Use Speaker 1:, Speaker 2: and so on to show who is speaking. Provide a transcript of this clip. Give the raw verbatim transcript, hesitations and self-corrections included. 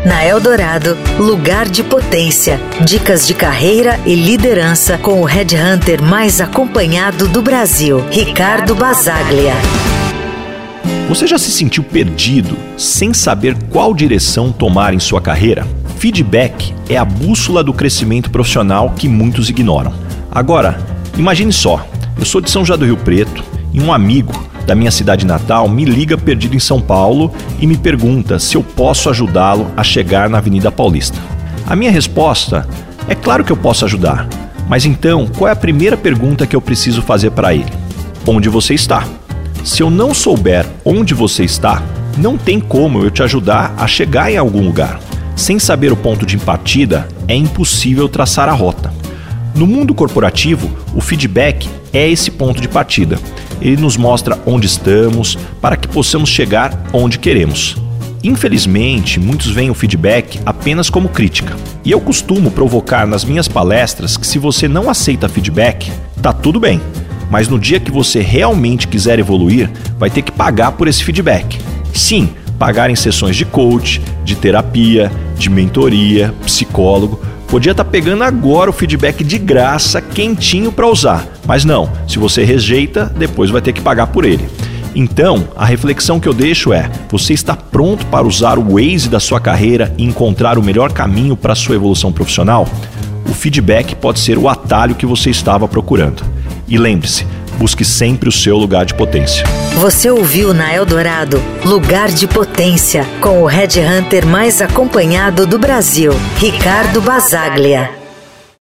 Speaker 1: Na Eldorado, Lugar de Potência. Dicas de carreira e liderança com o headhunter mais acompanhado do Brasil, Ricardo Basaglia.
Speaker 2: Você já se sentiu perdido, sem saber qual direção tomar em sua carreira? Feedback é a bússola do crescimento profissional que muitos ignoram. Agora, imagine só, eu sou de São José do Rio Preto e um amigo da minha cidade natal me liga perdido em São Paulo e me pergunta se eu posso ajudá-lo a chegar na Avenida Paulista. A minha resposta é claro que eu posso ajudar, mas então qual é a primeira pergunta que eu preciso fazer para ele? Onde você está? Se eu não souber onde você está, não tem como eu te ajudar a chegar em algum lugar. Sem saber o ponto de partida, é impossível traçar a rota. No mundo corporativo, o feedback é esse ponto de partida. Ele nos mostra onde estamos para que possamos chegar onde queremos. Infelizmente, muitos veem o feedback apenas como crítica. E eu costumo provocar nas minhas palestras que se você não aceita feedback, tá tudo bem. Mas no dia que você realmente quiser evoluir, vai ter que pagar por esse feedback. Sim, pagar em sessões de coach, de terapia, de mentoria, psicólogo. Podia estar pegando agora o feedback de graça, quentinho para usar. Mas não, se você rejeita, depois vai ter que pagar por ele. Então, a reflexão que eu deixo é: você está pronto para usar o Waze da sua carreira e encontrar o melhor caminho para a sua evolução profissional? O feedback pode ser o atalho que você estava procurando. E lembre-se, busque sempre o seu lugar de potência.
Speaker 1: Você ouviu na Eldorado Lugar de Potência, com o headhunter mais acompanhado do Brasil, Ricardo Basaglia.